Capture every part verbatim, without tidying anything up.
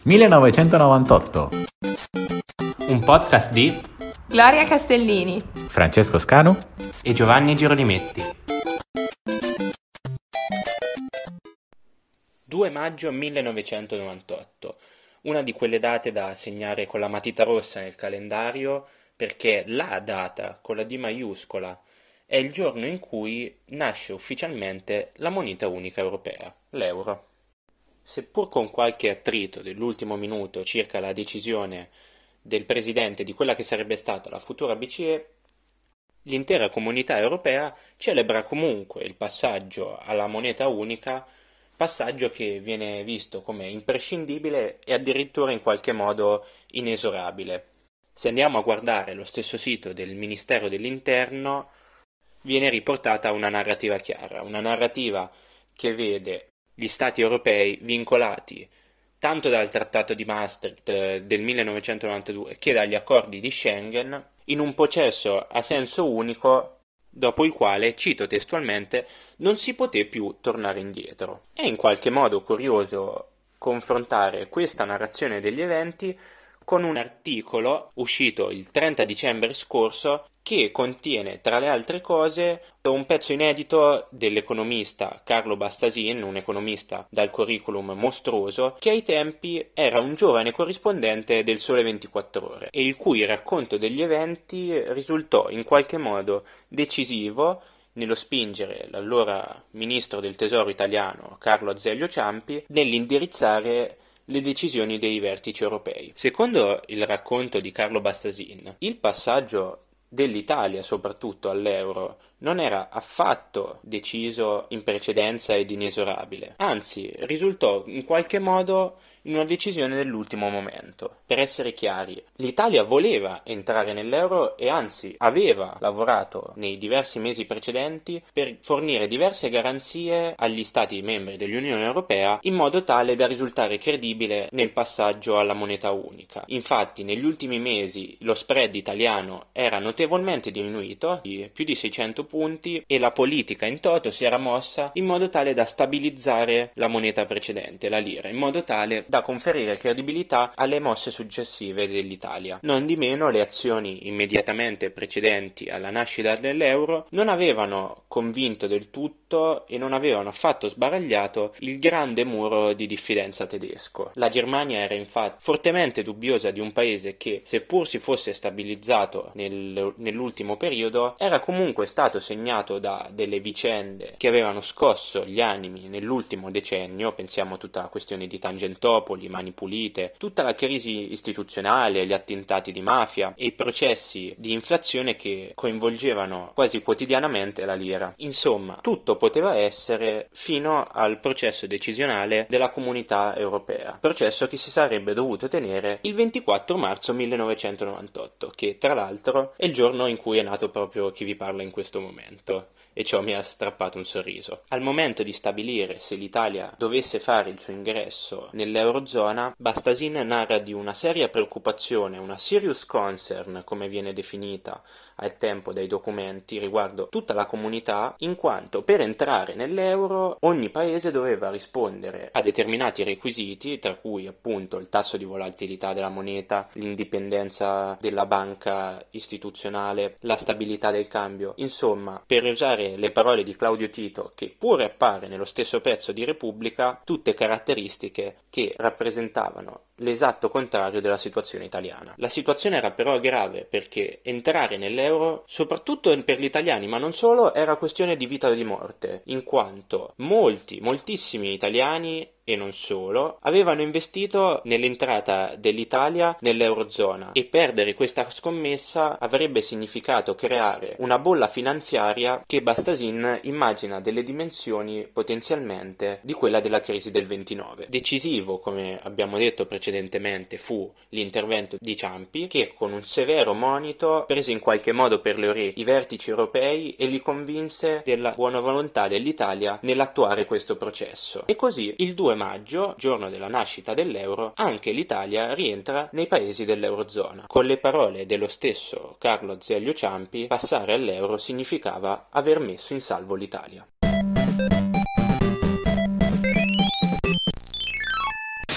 millenovecentonovantotto. Un podcast di Gloria Castellini, Francesco Scanu e Giovanni Girolimetti. due maggio millenovecentonovantotto, una di quelle date da segnare con la matita rossa nel calendario, perché la data con la D maiuscola è il giorno in cui nasce ufficialmente la moneta unica europea, l'euro. Seppur con qualche attrito dell'ultimo minuto circa la decisione del presidente di quella che sarebbe stata la futura B C E, l'intera comunità europea celebra comunque il passaggio alla moneta unica, passaggio che viene visto come imprescindibile e addirittura in qualche modo inesorabile. Se andiamo a guardare lo stesso sito del Ministero dell'Interno, viene riportata una narrativa chiara, una narrativa che vede gli Stati europei vincolati tanto dal Trattato di Maastricht del millenovecentonovantadue che dagli accordi di Schengen in un processo a senso unico dopo il quale, cito testualmente, non si poté più tornare indietro. È in qualche modo curioso confrontare questa narrazione degli eventi con un articolo uscito il trenta dicembre scorso che contiene, tra le altre cose, un pezzo inedito dell'economista Carlo Bastasin, un economista dal curriculum mostruoso, che ai tempi era un giovane corrispondente del Sole ventiquattro Ore e il cui racconto degli eventi risultò in qualche modo decisivo nello spingere l'allora ministro del Tesoro italiano Carlo Azeglio Ciampi nell'indirizzare le decisioni dei vertici europei. Secondo il racconto di Carlo Bastasin, il passaggio dell'Italia soprattutto all'euro non era affatto deciso in precedenza ed inesorabile, anzi risultò in qualche modo in una decisione dell'ultimo momento. Per essere chiari, l'Italia voleva entrare nell'euro e anzi aveva lavorato nei diversi mesi precedenti per fornire diverse garanzie agli Stati membri dell'Unione Europea in modo tale da risultare credibile nel passaggio alla moneta unica. Infatti negli ultimi mesi lo spread italiano era notevolmente diminuito di più di seicento punti e la politica in toto si era mossa in modo tale da stabilizzare la moneta precedente, la lira, in modo tale da conferire credibilità alle mosse successive dell'Italia. Non di meno le azioni immediatamente precedenti alla nascita dell'euro non avevano convinto del tutto e non avevano affatto sbaragliato il grande muro di diffidenza tedesco. La Germania era infatti fortemente dubbiosa di un paese che, seppur si fosse stabilizzato nel, nell'ultimo periodo, era comunque stato segnato da delle vicende che avevano scosso gli animi nell'ultimo decennio. Pensiamo a tutta la questione di Tangentopoli, Mani Pulite, tutta la crisi istituzionale, gli attentati di mafia e i processi di inflazione che coinvolgevano quasi quotidianamente la lira. Insomma, tutto poteva essere fino al processo decisionale della Comunità Europea, processo che si sarebbe dovuto tenere il ventiquattro marzo millenovecentonovantotto, che tra l'altro è il giorno in cui è nato proprio chi vi parla in questo momento, e ciò mi ha strappato un sorriso. Al momento di stabilire se l'Italia dovesse fare il suo ingresso nell'Eurozona, Bastasin narra di una seria preoccupazione, una serious concern, come viene definita al tempo dai documenti, riguardo tutta la comunità, in quanto per entrare nell'euro ogni paese doveva rispondere a determinati requisiti, tra cui appunto il tasso di volatilità della moneta, l'indipendenza della banca istituzionale, la stabilità del cambio. Insomma, per usare le parole di Claudio Tito, che pure appare nello stesso pezzo di Repubblica, tutte caratteristiche che rappresentavano l'esatto contrario della situazione italiana. La situazione era però grave perché entrare nell'euro, soprattutto per gli italiani, ma non solo, era questione di vita o di morte, in quanto molti, moltissimi italiani e non solo, avevano investito nell'entrata dell'Italia nell'Eurozona e perdere questa scommessa avrebbe significato creare una bolla finanziaria che Bastasin immagina delle dimensioni potenzialmente di quella della crisi del ventinove. Decisivo, come abbiamo detto precedentemente, fu l'intervento di Ciampi, che con un severo monito prese in qualche modo per le orecchie i vertici europei e li convinse della buona volontà dell'Italia nell'attuare questo processo. E così il due maggio, giorno della nascita dell'euro, anche l'Italia rientra nei paesi dell'Eurozona. Con le parole dello stesso Carlo Azeglio Ciampi, passare all'euro significava aver messo in salvo l'Italia.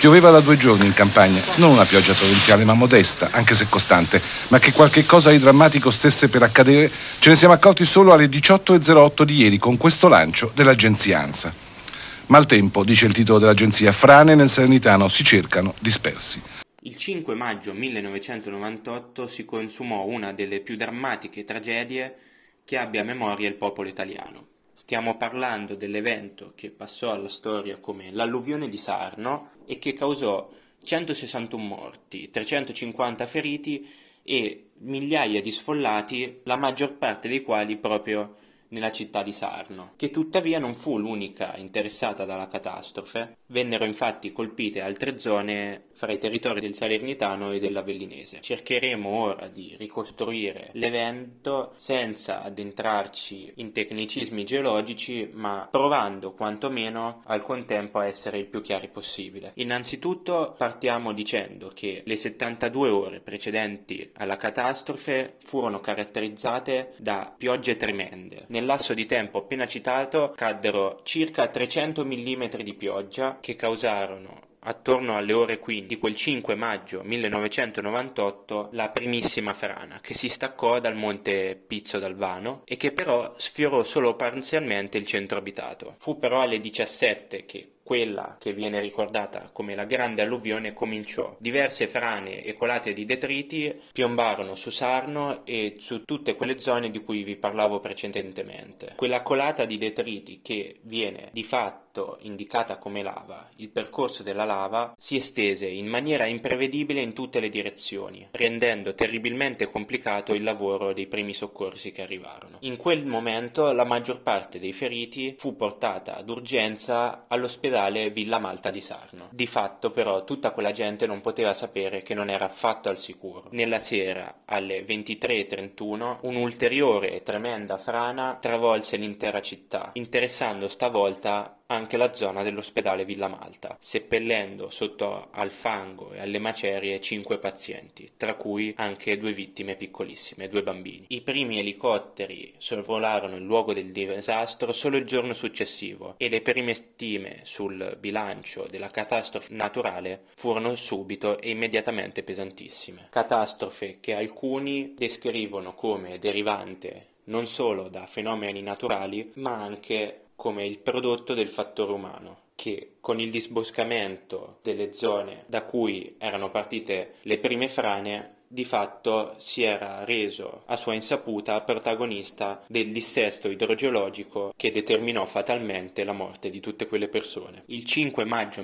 Pioveva da due giorni in campagna, non una pioggia torrenziale ma modesta, anche se costante, ma che qualche cosa di drammatico stesse per accadere ce ne siamo accorti solo alle diciotto e zero otto di ieri con questo lancio dell'agenzia ANSA. Maltempo, dice il titolo dell'agenzia, frane nel Salernitano si cercano dispersi. Il cinque maggio millenovecentonovantotto si consumò una delle più drammatiche tragedie che abbia a memoria il popolo italiano. Stiamo parlando dell'evento che passò alla storia come l'alluvione di Sarno e che causò centosessantuno morti, trecentocinquanta feriti e migliaia di sfollati, la maggior parte dei quali proprio nella città di Sarno, che tuttavia non fu l'unica interessata dalla catastrofe. Vennero infatti colpite altre zone fra i territori del Salernitano e dell'Avellinese. Cercheremo ora di ricostruire l'evento senza addentrarci in tecnicismi geologici, ma provando quantomeno al contempo a essere il più chiari possibile. Innanzitutto partiamo dicendo che le settantadue ore precedenti alla catastrofe furono caratterizzate da piogge tremende. Nel lasso di tempo appena citato caddero circa trecento millimetri di pioggia che causarono attorno alle ore quindici di quel cinque maggio millenovecentonovantotto la primissima frana che si staccò dal monte Pizzo d'Alvano e che però sfiorò solo parzialmente il centro abitato. Fu però alle diciassette che quella che viene ricordata come la grande alluvione cominciò. Diverse frane e colate di detriti piombarono su Sarno e su tutte quelle zone di cui vi parlavo precedentemente. Quella colata di detriti che viene di fatto indicata come lava, il percorso della lava si estese in maniera imprevedibile in tutte le direzioni, rendendo terribilmente complicato il lavoro dei primi soccorsi che arrivarono. In quel momento la maggior parte dei feriti fu portata d'urgenza all'ospedale Villa Malta di Sarno. Di fatto però tutta quella gente non poteva sapere che non era affatto al sicuro. Nella sera alle ventitré e trentuno un'ulteriore e tremenda frana travolse l'intera città, interessando stavolta anche la zona dell'ospedale Villa Malta, seppellendo sotto al fango e alle macerie cinque pazienti, tra cui anche due vittime piccolissime, due bambini. I primi elicotteri sorvolarono il luogo del disastro solo il giorno successivo e le prime stime sul bilancio della catastrofe naturale furono subito e immediatamente pesantissime. Catastrofe che alcuni descrivono come derivante non solo da fenomeni naturali, ma anche come il prodotto del fattore umano, che con il disboscamento delle zone da cui erano partite le prime frane di fatto si era reso a sua insaputa protagonista del dissesto idrogeologico che determinò fatalmente la morte di tutte quelle persone. Il cinque maggio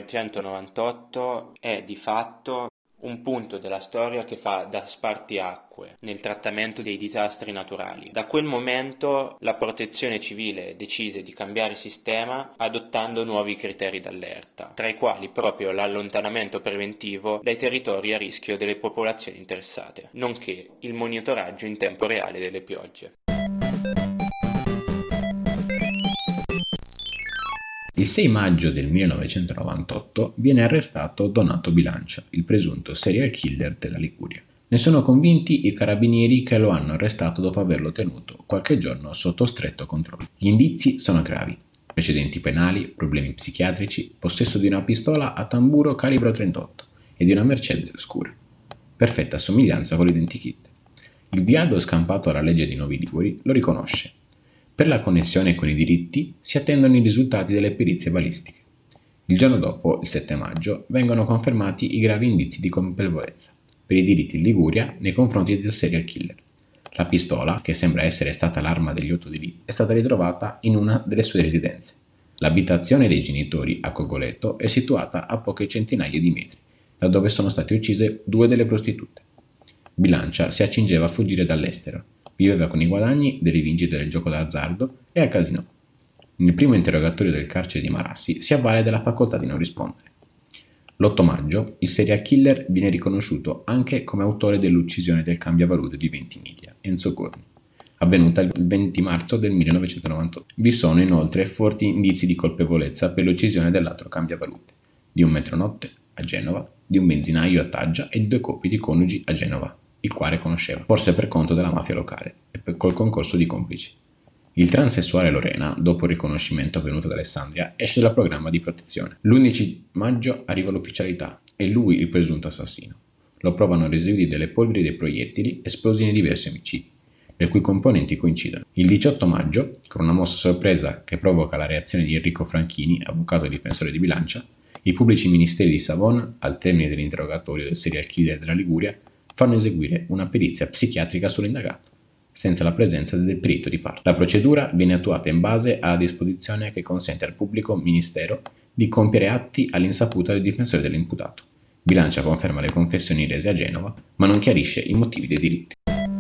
millenovecentonovantotto è di fatto un punto della storia che fa da spartiacque nel trattamento dei disastri naturali. Da quel momento la protezione civile decise di cambiare sistema adottando nuovi criteri d'allerta, tra i quali proprio l'allontanamento preventivo dai territori a rischio delle popolazioni interessate, nonché il monitoraggio in tempo reale delle piogge. Il sei maggio del millenovecentonovantotto viene arrestato Donato Bilancia, il presunto serial killer della Liguria. Ne sono convinti i carabinieri che lo hanno arrestato dopo averlo tenuto qualche giorno sotto stretto controllo. Gli indizi sono gravi: precedenti penali, problemi psichiatrici, possesso di una pistola a tamburo calibro trentotto e di una Mercedes scura. Perfetta somiglianza con l'identikit. Il biado scampato alla legge di Novi Liguri lo riconosce. Per la connessione con i diritti si attendono i risultati delle perizie balistiche. Il giorno dopo, il sette maggio, vengono confermati i gravi indizi di colpevolezza per i delitti in Liguria nei confronti del serial killer. La pistola, che sembra essere stata l'arma degli otto delitti, è stata ritrovata in una delle sue residenze. L'abitazione dei genitori a Cogoleto è situata a poche centinaia di metri, da dove sono state uccise due delle prostitute. Bilancia si accingeva a fuggire dall'estero. Viveva con i guadagni delle vincite del gioco d'azzardo e al casinò. Nel primo interrogatorio del carcere di Marassi si avvale della facoltà di non rispondere. L'otto maggio il serial killer viene riconosciuto anche come autore dell'uccisione del cambiavalute di Ventimiglia, Enzo Corni, avvenuta il venti marzo del millenovecentonovantotto. Vi sono inoltre forti indizi di colpevolezza per l'uccisione dell'altro cambiavalute, di un metronotte a Genova, di un benzinaio a Taggia e di due coppie di coniugi a Genova, il quale conosceva, forse per conto della mafia locale e per, col concorso di complici. Il transessuale Lorena, dopo il riconoscimento avvenuto ad Alessandria, esce dal programma di protezione. L'undici maggio arriva l'ufficialità, è lui il presunto assassino. Lo provano residui delle polveri dei proiettili esplosi nei diversi omicidi, le cui componenti coincidono. Il diciotto maggio, con una mossa sorpresa che provoca la reazione di Enrico Franchini, avvocato e difensore di Bilancia, i pubblici ministeri di Savona, al termine dell'interrogatorio del serial killer della Liguria, fanno eseguire una perizia psichiatrica sull'indagato, senza la presenza del perito di parte. La procedura viene attuata in base alla disposizione che consente al pubblico ministero di compiere atti all'insaputa del difensore dell'imputato. Bilancia conferma le confessioni rese a Genova, ma non chiarisce i motivi dei delitti.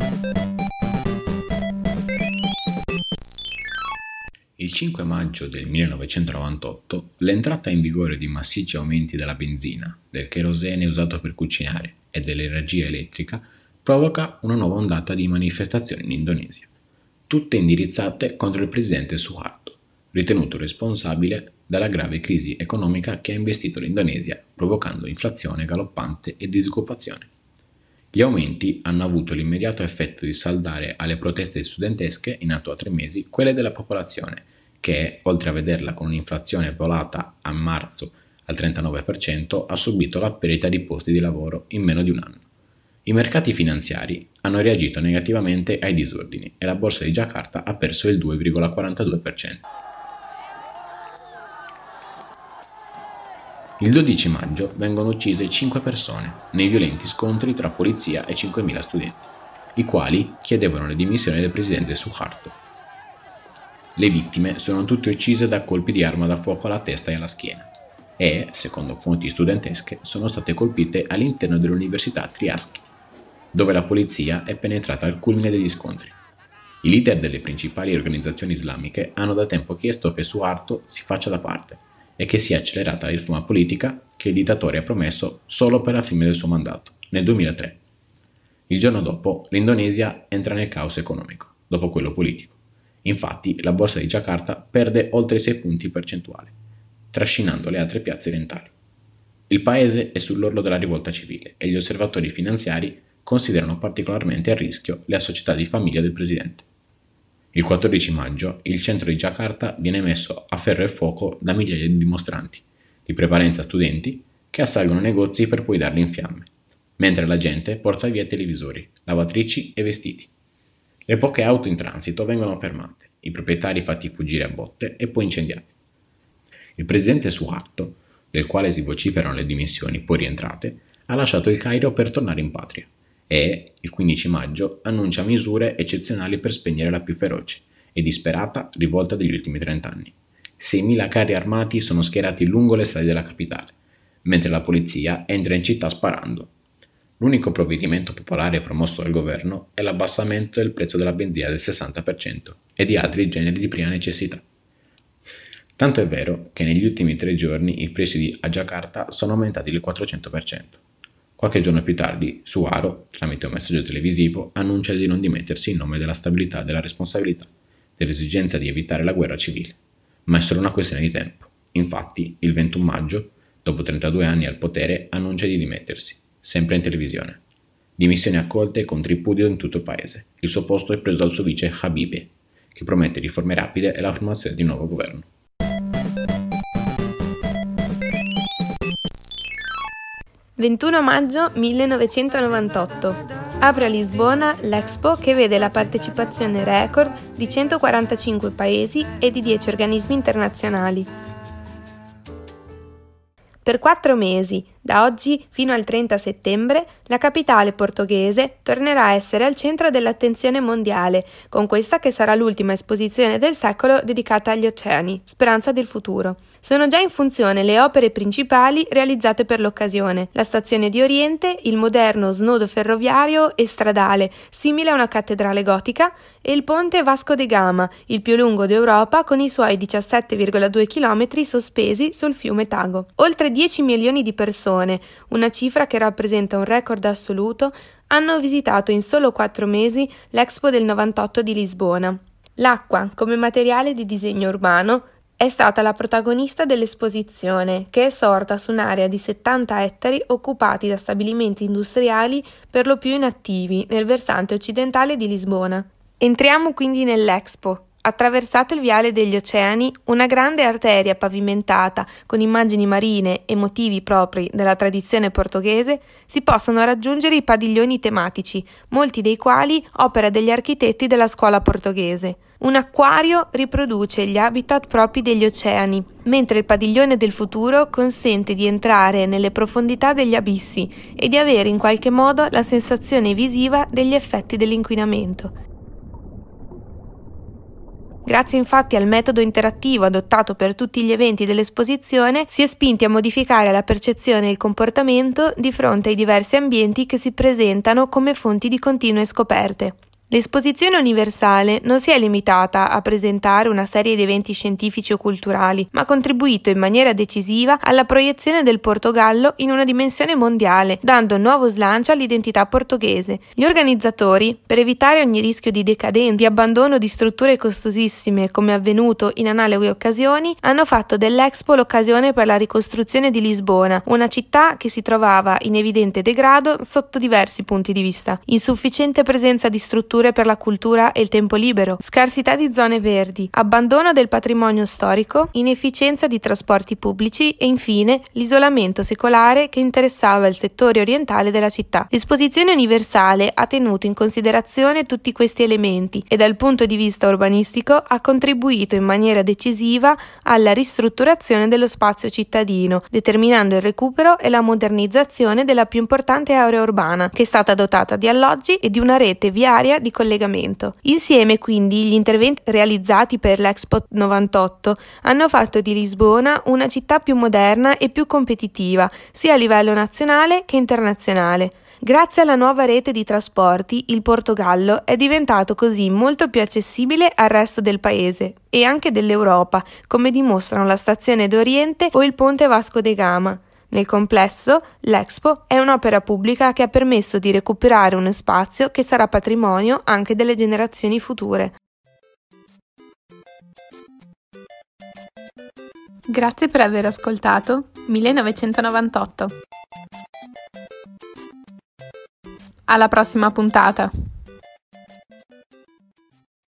Il cinque maggio del millenovecentonovantotto l'entrata in vigore di massicci aumenti della benzina, del kerosene usato per cucinare e dell'energia elettrica provoca una nuova ondata di manifestazioni in Indonesia, tutte indirizzate contro il presidente Suharto, ritenuto responsabile dalla grave crisi economica che ha investito l'Indonesia, provocando inflazione galoppante e disoccupazione. Gli aumenti hanno avuto l'immediato effetto di saldare alle proteste studentesche, in atto a tre mesi, quelle della popolazione, che, oltre a vederla con un'inflazione volata a marzo al trentanove per cento, ha subito la perdita di posti di lavoro in meno di un anno. I mercati finanziari hanno reagito negativamente ai disordini e la borsa di Giacarta ha perso il due virgola quarantadue per cento. Il dodici maggio vengono uccise cinque persone nei violenti scontri tra polizia e cinquemila studenti, i quali chiedevano le dimissioni del presidente Suharto. Le vittime sono tutte uccise da colpi di arma da fuoco alla testa e alla schiena e, secondo fonti studentesche, sono state colpite all'interno dell'Università Triaski, dove la polizia è penetrata al culmine degli scontri. I leader delle principali organizzazioni islamiche hanno da tempo chiesto che Suharto si faccia da parte e che sia accelerata la riforma politica che il dittatore ha promesso solo per la fine del suo mandato, nel duemilatré. Il giorno dopo, l'Indonesia entra nel caos economico, dopo quello politico. Infatti, la borsa di Giacarta perde oltre sei punti percentuali, trascinando le altre piazze orientali. Il paese è sull'orlo della rivolta civile e gli osservatori finanziari considerano particolarmente a rischio la società di famiglia del presidente. Il quattordici maggio il centro di Giacarta viene messo a ferro e fuoco da migliaia di dimostranti, di prevalenza studenti, che assalgono negozi per poi darli in fiamme, mentre la gente porta via televisori, lavatrici e vestiti. Le poche auto in transito vengono fermate, i proprietari fatti fuggire a botte e poi incendiati. Il presidente Suharto, del quale si vociferano le dimissioni poi rientrate, ha lasciato il Cairo per tornare in patria e, il quindici maggio, annuncia misure eccezionali per spegnere la più feroce e disperata rivolta degli ultimi trent'anni. seimila carri armati sono schierati lungo le strade della capitale, mentre la polizia entra in città sparando. L'unico provvedimento popolare promosso dal governo è l'abbassamento del prezzo della benzina del sessanta per cento e di altri generi di prima necessità. Tanto è vero che negli ultimi tre giorni i prezzi a Giacarta sono aumentati del quattrocento per cento. Qualche giorno più tardi, Suharto, tramite un messaggio televisivo, annuncia di non dimettersi in nome della stabilità e della responsabilità, dell'esigenza di evitare la guerra civile. Ma è solo una questione di tempo. Infatti, il ventuno maggio, dopo trentadue anni al potere, annuncia di dimettersi, sempre in televisione. Dimissioni accolte con tripudio in tutto il paese. Il suo posto è preso dal suo vice Habibie, che promette riforme rapide e la formazione di un nuovo governo. ventuno maggio millenovecentonovantotto. Apre a Lisbona l'Expo che vede la partecipazione record di centoquarantacinque paesi e di dieci organismi internazionali. Per quattro mesi, da oggi fino al trenta settembre, la capitale portoghese tornerà a essere al centro dell'attenzione mondiale, con questa che sarà l'ultima esposizione del secolo dedicata agli oceani, speranza del futuro. Sono già in funzione le opere principali realizzate per l'occasione: la stazione di Oriente, il moderno snodo ferroviario e stradale, simile a una cattedrale gotica, e il ponte Vasco da Gama, il più lungo d'Europa, con i suoi diciassette virgola due chilometri sospesi sul fiume Tago. Oltre dieci milioni di persone, una cifra che rappresenta un record assoluto, hanno visitato in solo quattro mesi l'Expo del novantotto di Lisbona. L'acqua, come materiale di disegno urbano, è stata la protagonista dell'esposizione, che è sorta su un'area di settanta ettari occupati da stabilimenti industriali per lo più inattivi nel versante occidentale di Lisbona. Entriamo quindi nell'Expo, Attraversato il viale degli oceani, una grande arteria pavimentata con immagini marine e motivi propri della tradizione portoghese, si possono raggiungere i padiglioni tematici, molti dei quali opera degli architetti della scuola portoghese. Un acquario riproduce gli habitat propri degli oceani, mentre il padiglione del futuro consente di entrare nelle profondità degli abissi e di avere in qualche modo la sensazione visiva degli effetti dell'inquinamento. Grazie infatti al metodo interattivo adottato per tutti gli eventi dell'esposizione, si è spinti a modificare la percezione e il comportamento di fronte ai diversi ambienti che si presentano come fonti di continue scoperte. L'esposizione universale non si è limitata a presentare una serie di eventi scientifici o culturali, ma ha contribuito in maniera decisiva alla proiezione del Portogallo in una dimensione mondiale, dando nuovo slancio all'identità portoghese. Gli organizzatori, per evitare ogni rischio di decadenza, di abbandono di strutture costosissime come avvenuto in analoghe occasioni, hanno fatto dell'Expo l'occasione per la ricostruzione di Lisbona, una città che si trovava in evidente degrado sotto diversi punti di vista. Insufficiente presenza di strutture per la cultura e il tempo libero, scarsità di zone verdi, abbandono del patrimonio storico, inefficienza di trasporti pubblici e infine l'isolamento secolare che interessava il settore orientale della città. L'esposizione universale ha tenuto in considerazione tutti questi elementi e dal punto di vista urbanistico ha contribuito in maniera decisiva alla ristrutturazione dello spazio cittadino, determinando il recupero e la modernizzazione della più importante area urbana, che è stata dotata di alloggi e di una rete viaria di collegamento. Insieme quindi gli interventi realizzati per l'Expo novantotto hanno fatto di Lisbona una città più moderna e più competitiva sia a livello nazionale che internazionale. Grazie alla nuova rete di trasporti, il Portogallo è diventato così molto più accessibile al resto del paese e anche dell'Europa, come dimostrano la stazione d'Oriente o il ponte Vasco da Gama. Nel complesso, l'Expo è un'opera pubblica che ha permesso di recuperare uno spazio che sarà patrimonio anche delle generazioni future. Grazie per aver ascoltato millenovecentonovantotto. Alla prossima puntata!